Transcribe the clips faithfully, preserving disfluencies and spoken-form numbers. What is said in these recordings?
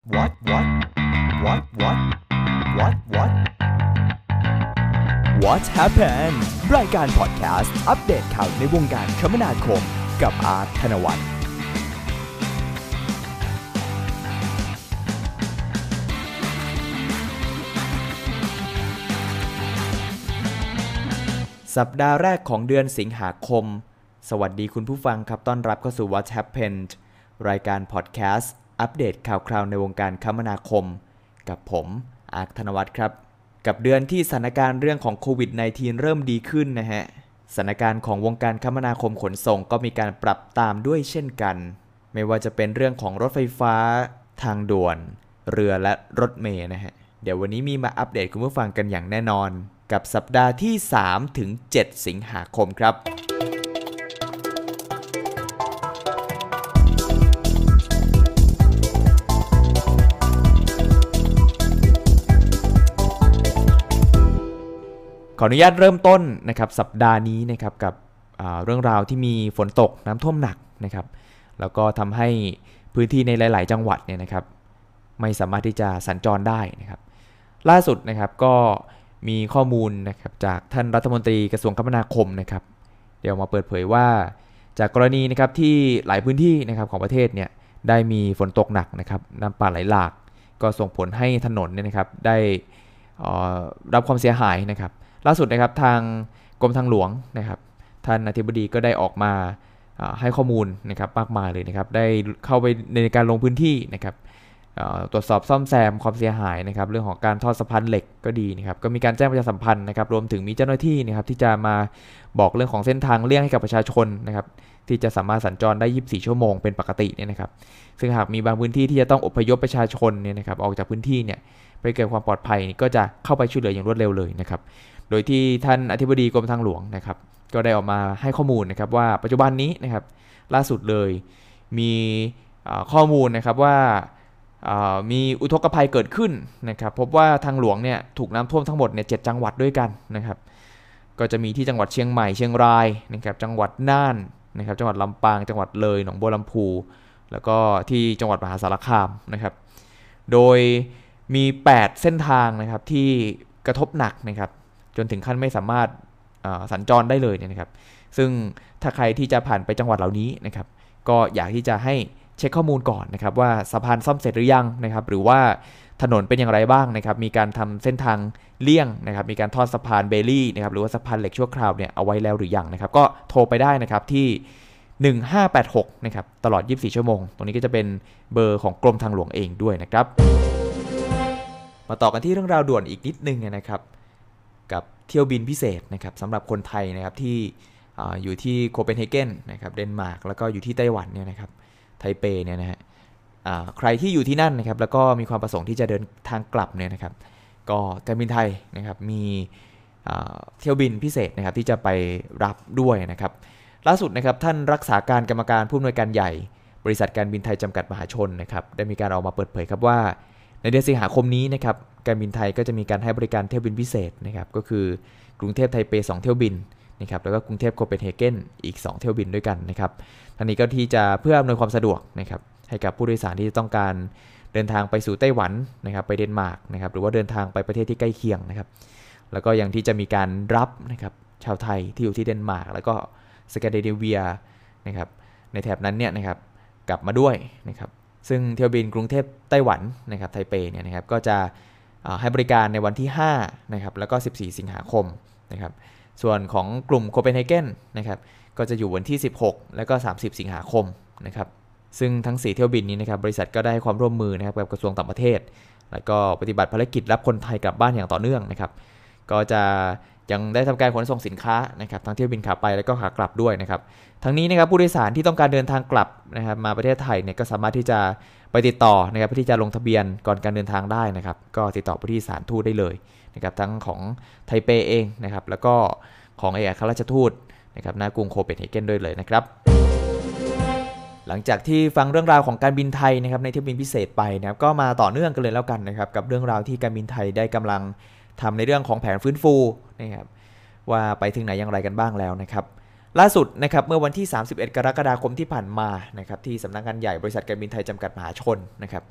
what what what what what what what happened รายการพอดแคสต์อัปเดตข่าวในวงการคมนาคมกับอาร์ตธนวัฒน์สัปดาห์แรกของเดือนสิงหาคมสวัสดีคุณผู้ฟังครับต้อนรับเข้าสู่ What Happened รายการพอดแคสต์อัปเดตข่าวคราวในวงการคมนาคมกับผมอาร์ตธนวัฒน์ครับกับเดือนที่สถานการณ์เรื่องของโควิด สิบเก้า เริ่มดีขึ้นนะฮะสถานการณ์ของวงการคมนาคมขนส่งก็มีการปรับตามด้วยเช่นกันไม่ว่าจะเป็นเรื่องของรถไฟฟ้าทางด่วนเรือและรถเมล์นะฮะเดี๋ยววันนี้มีมาอัปเดตคุณผู้ฟังกันอย่างแน่นอนกับสัปดาห์ที่ สามถึงเจ็ด สิงหาคมครับขออนุญาตเริ่มต้นนะครับสัปดาห์นี้นะครับกับเรื่องราวที่มีฝนตกน้ำท่วมหนักนะครับแล้วก็ทำให้พื้นที่ในหลายๆจังหวัดเนี่ยนะครับไม่สามารถที่จะสัญจรได้นะครับล่าสุดนะครับก็มีข้อมูลนะครับจากท่านรัฐมนตรีกระทรวงคมนาคมนะครับเดี๋ยวมาเปิดเผยว่าจากกรณีนะครับที่หลายพื้นที่นะครับของประเทศเนี่ยได้มีฝนตกหนักนะครับน้ำป่าไหลหลากก็ส่งผลให้ถนนเนี่ยนะครับได้รับความเสียหายนะครับล่าสุดนะครับทางกรมทางหลวงนะครับท่านอธิบดีก็ได้ออกมาให้ข้อมูลนะครับมากมายเลยนะครับได้เข้าไปในการลงพื้นที่นะครับตรวจสอบซ่อมแซมความเสียหายนะครับเรื่องของการทอดสะพานเหล็กก็ดีนะครับก็มีการแจ้งประชาสัมพันธ์นะครับรวมถึงมีเจ้าหน้าที่นะครับที่จะมาบอกเรื่องของเส้นทางเลี่ยงให้กับประชาชนนะครับที่จะสามารถสัญจรได้ยี่สิบสี่ชั่วโมงเป็นปกติเนี่ยนะครับซึ่งหากมีบางพื้นที่ที่จะต้องอพยพประชาชนเนี่ยนะครับออกจากพื้นที่เนี่ยไปเกิดความปลอดภัยก็จะเข้าไปช่วยเหลืออย่างรวดเร็วเลยนะครับโดยที่ท่านอธิบดีกรมทางหลวงนะครับก็ได้ออกมาให้ข้อมูลนะครับว่าปัจจุบันนี้นะครับล่าสุดเลยมีข้อมูลนะครับว่ามีอุทกภัยเกิดขึ้นนะครับพบว่าทางหลวงเนี่ยถูกน้ำท่วมทั้งหมดเนี่ยเจ็ดจังหวัดด้วยกันนะครับก็จะมีที่จังหวัดเชียงใหม่เชียงรายนะครับจังหวัดน่านนะครับจังหวัดลำปางจังหวัดเลยหนองบัวลำพูแล้วก็ที่จังหวัดมหาสารคามนะครับโดยมีแปดเส้นทางนะครับที่กระทบหนักนะครับจนถึงขั้นไม่สามารถสัญจรได้เลยเนี่ยนะครับซึ่งถ้าใครที่จะผ่านไปจังหวัดเหล่านี้นะครับก็อยากที่จะให้เช็คข้อมูลก่อนนะครับว่าสะพานซ่อมเสร็จหรือยังนะครับหรือว่าถนนเป็นอย่างไรบ้างนะครับมีการทำเส้นทางเลี่ยงนะครับมีการทอดสะพานเบลลี่นะครับหรือว่าสะพานเหล็กชั่วคราวเนี่ยเอาไว้แล้วหรือยังนะครับก็โทรไปได้นะครับที่หนึ่งห้าแปดหกนะครับตลอดยี่สิบสี่ชั่วโมงตรงนี้ก็จะเป็นเบอร์ของกรมทางหลวงเองด้วยนะครับมาต่อกันที่เรื่องราวด่วนอีกนิดนึงนะครับกับเที่ยวบินพิเศษนะครับสำหรับคนไทยนะครับที่ อ, อยู่ที่โคเปนเฮเกนนะครับเดนมาร์กแล้วก็อยู่ที่ไต้หวันเนี่ยนะครับไทเปเนี่ยนะฮะใครที่อยู่ที่นั่นนะครับแล้วก็มีความประสงค์ที่จะเดินทางกลับเนี่ยนะครับก็การบินไทยนะครับมีเที่ยวบินพิเศษนะครับที่จะไปรับด้วยนะครับล่าสุดนะครับท่านรักษาการกรรมการผู้อำนวยการใหญ่บริษัทการบินไทยจำกัดมหาชนนะครับได้มีการออกมาเปิดเผยครับว่าในเดือนสิงหาคมนี้นะครับการบินไทยก็จะมีการให้บริการเที่ยวบินพิเศษนะครับก็คือกรุงเทพไทเปสองเที่ยวบินนะครับแล้วก็กรุงเทพโคเปนเฮเกนอีกสองเที่ยวบินด้วยกันนะครับทั้งนี้ก็ที่จะเพื่ออำนวยความสะดวกนะครับให้กับผู้โดยสารที่ต้องการเดินทางไปสู่ไต้หวันนะครับไปเดนมาร์กนะครับหรือว่าเดินทางไปประเทศที่ใกล้เคียงนะครับแล้วก็ยังที่จะมีการรับนะครับชาวไทยที่อยู่ที่เดนมาร์กแล้วก็สแกนดิเนเวียนะครับในแถบนั้นเนี่ยนะครับกลับมาด้วยนะครับซึ่งเที่ยวบินกรุงเทพไต้หวันนะครับไทเปเนี่ยนะครับก็จะให้บริการในวันที่ห้านะครับแล้วก็สิบสี่สิงหาคมนะครับส่วนของกลุ่มโคเปนเฮเกนนะครับก็จะอยู่วันที่สิบหกแล้วก็สามสิบสิงหาคมนะครับซึ่งทั้งสี่เที่ยวบินนี้นะครับบริษัทก็ได้ความร่วมมือนะครับกับกระทรวงต่างประเทศแล้วก็ปฏิบัติภารกิจรับคนไทยกลับบ้านอย่างต่อเนื่องนะครับก็จะยังได้ทำการขนส่งสินค้านะครับทั้งเที่ยวบินขาไปแล้วก็ขากลับด้วยนะครับทั้งนี้นะครับผู้โดยสารที่ต้องการเดินทางกลับนะครับมาประเทศไทยเนี่ยก็สามารถที่จะไปติดต่อนะครับเพื่อที่จะลงทะเบียนก่อนการเดินทางได้นะครับก็ติดต่อไปที่สถานทูตได้เลยนะครับทั้งของไทเปเองนะครับแล้วก็ของเอกอัครราชทูตนะครับณกรุงโคเปนเฮเกนด้วยเลยนะครับหลังจากที่ฟังเรื่องราวของการบินไทยนะครับในเที่ยวบินพิเศษไปนะครับก็มาต่อเนื่องกันเลยแล้วกันนะครับกับเรื่องราวที่การบินไทยได้กำลังทำในเรื่องของแผนฟื้นฟูนะครับว่าไปถึงไหนอย่างไรกันบ้างแล้วนะครับล่าสุดนะครับเมื่อวันที่สามสิบเอ็ดกรกฎาคมที่ผ่านมานะครับที่สำนักงานใหญ่บริษัทการบินไทยจำกัดมหาชนนะครับ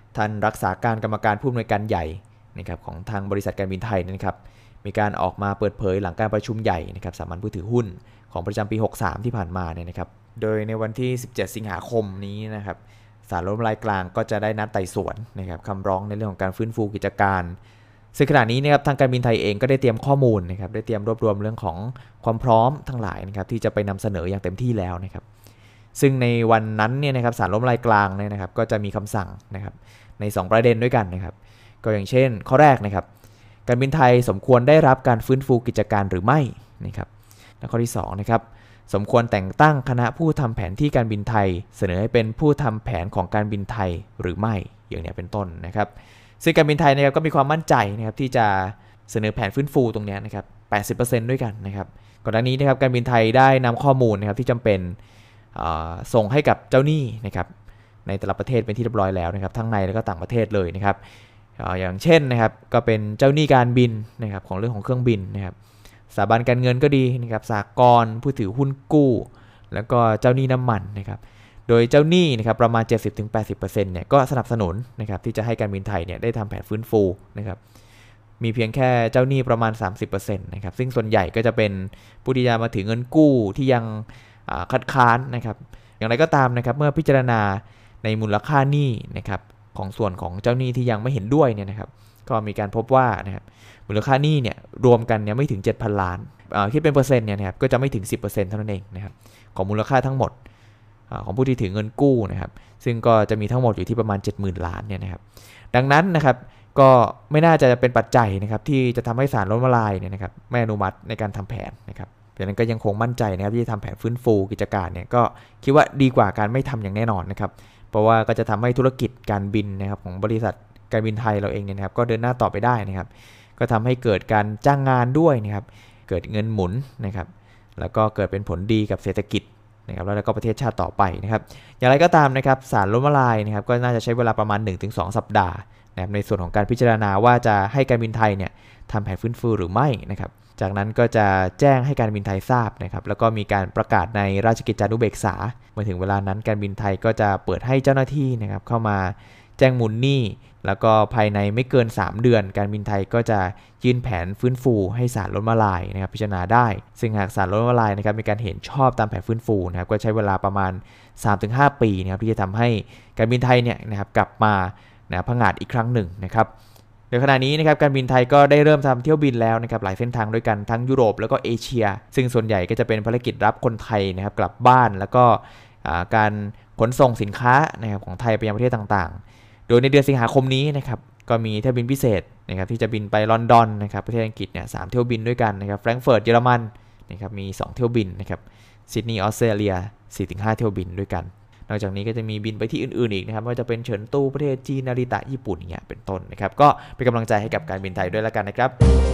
ท่านรักษาการกรรมการผู้อำนวยการใหญ่นะครับของทางบริษัทการบินไทยนะครับมีการออกมาเปิดเผยหลังการประชุมใหญ่นะครับสามัญผู้ถือหุ้นของประจำปีหกสิบสามที่ผ่านมาเนี่ยนะครับโดยในวันที่สิบเจ็ดสิงหาคมนี้นะครับศาลล้มละลายกลางก็จะได้นัดไต่สวนนะครับคำร้องในเรื่องของการฟื้นฟูกิจการซึ่งขณะนี้นะครับทางการบินไทยเองก็ได้เตรียมข้อมูลนะครับได้เตรียมรวบรวมเรื่องของความพร้อมทั้งหลายนะครับที่จะไปนำเสนออย่างเต็มที่แล้วนะครับซึ่งในวันนั้นเนี่ยนะครับศาลล้มละลายกลางเนี่ยนะครับก็จะมีคำสั่งนะครับในสองประเด็นด้วยกันนะครับก็อย่างเช่นข้อแรกนะครับการบินไทยสมควรได้รับการฟื้นฟูกิจการหรือไม่นะครับและข้อที่สองนะครับสมควรแต่งตั้งคณะผู้ทำแผนที่การบินไทยเสนอให้เป็นผู้ทำแผนของการบินไทยหรือไม่อย่างนี้เป็นต้นนะครับซึ่งการบินไทยนะครับก็มีความมั่นใจนะครับที่จะเสนอแผนฟื้นฟูตรงนี้นะครับ แปดสิบเปอร์เซ็นต์ ด้วยกันนะครับก่อนหน้านี้นะครับการบินไทยได้นำข้อมูลนะครับที่จำเป็นส่งให้กับเจ้าหนี้นะครับในแต่ละประเทศเป็นที่เรียบร้อยแล้วนะครับทั้งในและก็ต่างประเทศเลยนะครับอย่างเช่นนะครับก็เป็นเจ้าหนี้การบินนะครับของเรื่องของเครื่องบินนะครับสถาบันการเงินก็ดีนะครับสหกรณ์ผู้ถือหุ้นกู้แล้วก็เจ้าหนี้น้ำมันนะครับโดยเจ้าหนี้นะครับประมาณ เจ็ดสิบถึงแปดสิบเปอร์เซ็นต์ เนี่ยก็สนับสนุนนะครับที่จะให้การบินไทยเนี่ยได้ทำแผนฟื้นฟูนะครับมีเพียงแค่เจ้าหนี้ประมาณ สามสิบเปอร์เซ็นต์ นะครับซึ่งส่วนใหญ่ก็จะเป็นผู้ที่จะมาถือเงินกู้ที่ยังคัดค้านนะครับอย่างไรก็ตามนะครับเมื่อพิจารณาในมูลค่าหนี้นะครับของส่วนของเจ้าหนี้ที่ยังไม่เห็นด้วยเนี่ยนะครับก็มีการพบว่านะครับมูลค่าหนี้เนี่ยรวมกันเนี่ยไม่ถึง เจ็ดพัน ล้านคิดเป็นเปอร์เซ็นต์เนี่ยนะครับก็จะไม่ถึง สิบเปอร์เซ็นต์ เท่านั้นเองนะครับของมูลค่าทั้งหมดของผู้ที่ถือเงินกู้นะครับซึ่งก็จะมีทั้งหมดอยู่ที่ประมาณ เจ็ดหมื่น ล้านเนี่ยนะครับดังนั้นนะครับก็ไม่น่าจะเป็นปัจจัยนะครับที่จะทำให้ศาลล้มละลายเนี่ยนะครับไม่อนุมัติในการทำแผนนะครับดังนั้นก็ยังคงมั่นใจนะครับที่จะทำแผนฟื้นฟูกิจการเนี่ยก็คิดว่าดีกว่าการไม่ทำอย่างแน่นอนนะครับเพราะว่าก็จะทำให้ธุรกิจการบินนะครับของบริษัทการบินไทยเราเองเนี่ยนะครับก็เดินหน้าต่อไปได้นะครับก็ทำให้เกิดการจ้างงานด้วยนะครับเกิดเงินหมุนนะครับแล้วก็เกิดเป็นผลดีกับเศรษฐกิจนะครับแล้วก็ประเทศชาติต่อไปนะครับอย่างไรก็ตามนะครับศาลล้มละลายนะครับก็น่าจะใช้เวลาประมาณ หนึ่งถึงสอง สัปดาห์นะครับในส่วนของการพิจารณาว่าจะให้การบินไทยเนี่ยทำแผนฟื้นฟูหรือไม่นะครับจากนั้นก็จะแจ้งให้การบินไทยทราบนะครับแล้วก็มีการประกาศในราชกิจจานุเบกษาเมื่อถึงเวลานั้นการบินไทยก็จะเปิดให้เจ้าหน้าที่นะครับเข้ามาแจ้งมูลหนี้แล้วก็ภายในไม่เกินสามเดือนการบินไทยก็จะยื่นแผนฟื้นฟูให้ศาลล้มละลายนะครับพิจารณาได้ซึ่งหากศาลล้มละลายนะครับมีการเห็นชอบตามแผนฟื้นฟูนะครับก็ใช้เวลาประมาณ สามถึงห้า ปีนะครับที่จะทำให้การบินไทยเนี่ยนะครับกลับมานะผงาดอีกครั้งหนึ่งนะครับโดยขณะนี้นะครับการบินไทยก็ได้เริ่มทำเที่ยวบินแล้วนะครับหลายเส้นทางด้วยกันทั้งยุโรปแล้วก็เอเชียซึ่งส่วนใหญ่ก็จะเป็นภารกิจรับคนไทยนะครับกลับบ้านแล้วก็การขนส่งสินค้านะครับของไทยไปยังประเทศต่างๆโดยในเดือนสิงหาคมนี้นะครับก็มีเที่ยวบินพิเศษนะครับที่จะบินไปลอนดอนนะครับประเทศอังกฤษเนี่ยสามเที่ยวบินด้วยกันนะครับแฟรงก์เฟิร์ตเยอรมันนะครับมีสองเที่ยวบินนะครับซิดนีย์ออสเตรเลีย สี่ถึงห้า เที่ยวบินด้วยกันนอกจากนี้ก็จะมีบินไปที่อื่นๆอีกนะครับว่าจะเป็นเฉินตู้ประเทศจีนนาริตะญี่ปุ่นเนี่ยเป็นต้นนะครับก็เป็นกำลังใจให้กับการบินไทยด้วยแล้วกันนะครับ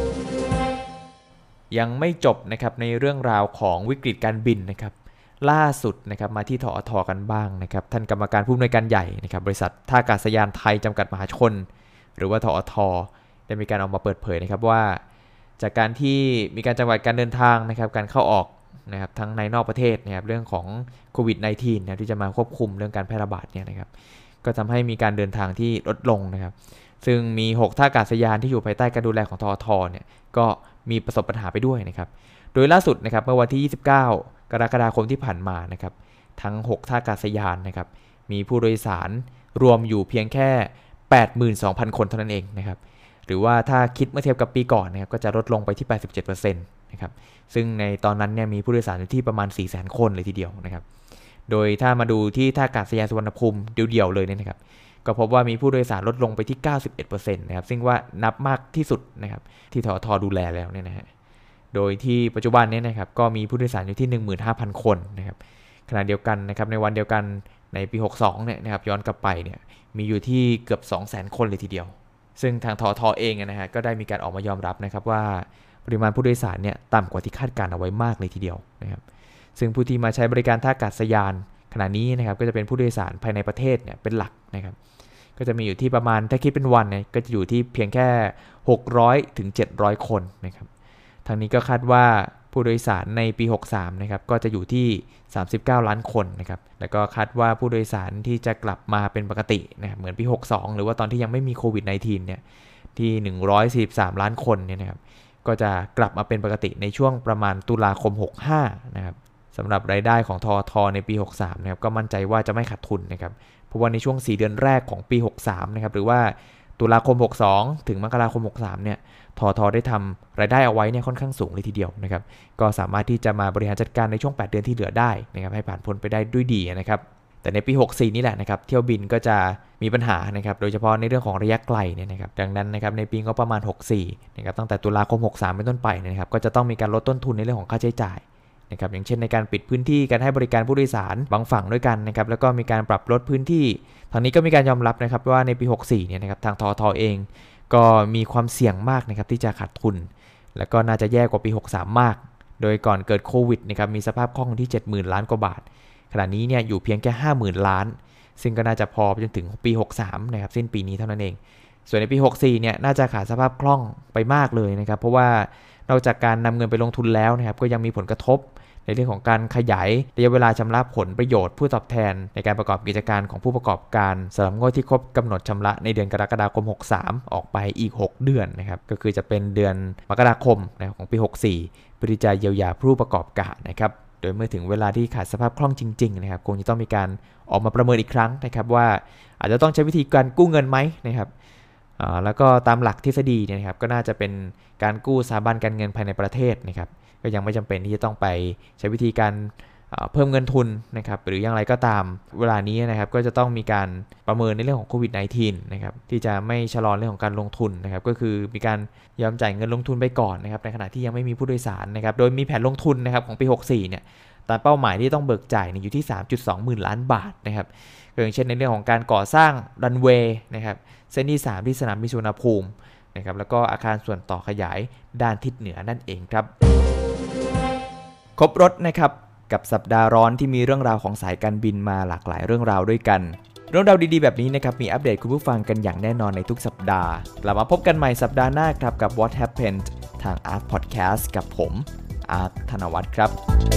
ยังไม่จบนะครับในเรื่องราวของวิกฤตการบินนะครับล่าสุดนะครับมาที่ทอทกันบ้างนะครับท่านกรรมการผู้อำนวยการใหญ่นะครับบริษัทท่าอากาศยานไทยจำกัดมหาชนหรือว่าทอทได้มีการออกมาเปิดเผยนะครับว่าจากการที่มีการจำกัดการเดินทางนะครับการเข้าออกนะครับทั้งในนอกประเทศนะครับเรื่องของโควิด สิบเก้า นะที่จะมาควบคุมเรื่องการแพร่ระบาดเนี่ยนะครับก็ทำให้มีการเดินทางที่ลดลงนะครับซึ่งมีหกท่าอากาศยานที่อยู่ภายใต้การดูแลของทอทเนี่ยก็มีประสบปัญหาไปด้วยนะครับโดยล่าสุดนะครับเมื่อวันที่ยี่สิบเก้ากรกฎาคมที่ผ่านมานะครับทั้งหกท่าอากาศยานนะครับมีผู้โดยสารรวมอยู่เพียงแค่ แปดหมื่นสองพัน คนเท่านั้นเองนะครับหรือว่าถ้าคิดเมื่อเทียบกับปีก่อนนะครับก็จะลดลงไปที่ แปดสิบเจ็ดเปอร์เซ็นต์ นะครับซึ่งในตอนนั้นเนี่ยมีผู้โดยสารอยู่ที่ประมาณ สี่แสน คนเลยทีเดียวนะครับโดยถ้ามาดูที่ท่าอากาศยานสุวรรณภูมิเดี่ยวๆเลยเนี่ยนะครับก็พบว่ามีผู้โดยสารลดลงไปที่ เก้าสิบเอ็ดเปอร์เซ็นต์ นะครับซึ่งว่านับมากที่สุดนะครับที่ททดูแลแล้วเนี่ยนะฮะโดยที่ปัจจุบันเนี่ยนะครับก็มีผู้โดยสารอยู่ที่ หนึ่งหมื่นห้าพัน คนนะครับขณะเดียวกันนะครับในวันเดียวกันในปีหกสิบสองเนี่ยนะครับย้อนกลับไปเนี่ยมีอยู่ที่เกือบ สองแสน คนเลยทีเดียวซึ่งทางททเองนะฮะก็ได้มีการออกมายอมรับนะครับว่าปริมาณผู้โดยสารเนี่ยต่ำกว่าที่คาดการเอาไว้มากเลยทีเดียวนะครับซึ่งผู้ที่มาใช้บริการท่าอากาศยานขณะนี้นะครับก็จะเป็นผู้โดยสารภายในประเทศเนี่ยเป็นหลักนะครับก็จะมีอยู่ที่ประมาณถ้าคิดเป็นวันเนี่ยก็จะอยู่ที่เพียงแค่หกร้อยถึงเจ็ดร้อยคนนะครับทางนี้ก็คาดว่าผผู้โดยสารในปีหกสิบสามนะครับก็จะอยู่ที่สามสิบเก้าล้านคนนะครับแล้วก็คาดว่าผู้โดยสารที่จะกลับมาเป็นปกตินะครับเหมือนปีหกสิบสองหรือว่าตอนที่ยังไม่มีโควิด สิบเก้า เนี่ยที่หนึ่งร้อยสี่สิบสามล้านคนเนี่ยนะครับก็จะกลับมาเป็นปกติในช่วงประมาณตุลาคมหกสิบห้านะครับสำหรับรายได้ของททในปีหกสิบสามนะครับก็มั่นใจว่าจะไม่ขาดทุนนะครับเพราะว่าในช่วงสี่เดือนแรกของปีหกสิบสามนะครับหรือว่าตุลาคมหกสิบสองถึงมกราคมหกสิบสามเนี่ยททได้ทำรายได้เอาไว้เนี่ยค่อนข้างสูงเลยทีเดียวนะครับก็สามารถที่จะมาบริหารจัดการในช่วงแปดเดือนที่เหลือได้นะครับให้ผ่านพ้นไปได้ด้วยดีนะครับแต่ในปีหกสิบสี่นี่แหละนะครับเที่ยวบินก็จะมีปัญหานะครับโดยเฉพาะในเรื่องของระยะไกลเนี่ยนะครับดังนั้นนะครับในปีงบประมาณหกสิบสี่นะครับตั้งแต่ตุลาคมหกสิบสามเป็นต้นไปนะครับก็จะต้องมีการลดต้นทุนในเรื่องของค่าใช้จ่ายนะครับอย่างเช่นในการปิดพื้นที่การให้บริการผู้โดยสารบางฝั่งด้วยกันนะครับแล้วก็มีการปรับลดพื้นที่ทางนี้ก็มีการยอมรับนะครับว่าในปีหกสิบสี่เนี่ยนะครับทางททเองก็มีความเสี่ยงมากนะครับที่จะขาดทุนแล้วก็น่าจะแย่กว่าปีหกสิบสามมากโดยก่อนเกิดโควิดนะครับมีสภาพคล่องที่ เจ็ดหมื่น ล้านกว่าบาทขณะนี้เนี่ยอยู่เพียงแค่ ห้าหมื่น ล้านซึ่งก็น่าจะพอจนถึงปีหกสิบสามนะครับสิ้นปีนี้เท่านั้นเองส่วนในปีหกสิบสี่เนี่ยน่าจะขาดสภาพคล่องไปมากเลยนะครับเพราะว่านอกจากการนำเงินไปลงทุนแล้วนะครับก็ยังมีผลกระทบในเรื่องของการขยายระยะเวลาชำระผลประโยชน์ผู้ตอบแทนในการประกอบกิจการของผู้ประกอบการสำหรับงวดที่ครบกำหนดชำระในเดือนกรกฎาคมหกสิบสามออกไปอีกหกเดือนนะครับก็คือจะเป็นเดือนมกราคมนะของปีหกสิบสี่เพื่อที่จะเยียวยาผู้ประกอบการนะครับโดยเมื่อถึงเวลาที่ขาดสภาพคล่องจริงๆนะครับคงจะต้องมีการออกมาประเมินอีกครั้งนะครับว่าอาจจะต้องใช้วิธีการกู้เงินไหมนะครับแล้วก็ตามหลักทฤษฎีเนี่ยนะครับก็น่าจะเป็นการกู้สถาบันการเงินภายในประเทศนะครับก็ยังไม่จำเป็นที่จะต้องไปใช้วิธีการเพิ่มเงินทุนนะครับหรืออย่างไรก็ตามเวลานี้นะครับก็จะต้องมีการประเมินในเรื่องของโควิด สิบเก้า นะครับที่จะไม่ชะลอเรื่องของการลงทุนนะครับก็คือมีการยอมจ่ายเงินลงทุนไปก่อนนะครับในขณะที่ยังไม่มีผู้โดยสารนะครับโดยมีแผนลงทุนนะครับของปีหกสิบสี่เนี่ยตามเป้าหมายที่ต้องเบิกจ่ายอยู่ที่ สามจุดสองหมื่นล้านบาทนะครับอย่างเช่นในเรื่องของการก่อสร้างรันเวย์นะครับเส้นที่สามที่สนามบินสุวรรณภูมินะครับแล้วก็อาคารส่วนต่อขยายด้านทิศเหนือนั่นเองครับครบรถนะครับกับสัปดาห์ร้อนที่มีเรื่องราวของสายการบินมาหลากหลายเรื่องราวด้วยกันเรื่องราวดีๆแบบนี้นะครับมีอัปเดตคุณผู้ฟังกันอย่างแน่นอนในทุกสัปดาห์กลับมาพบกันใหม่สัปดาห์หน้าครับกับ What Happened ทาง Ark Podcast กับผมอาร์ตธนวัฒน์ครับ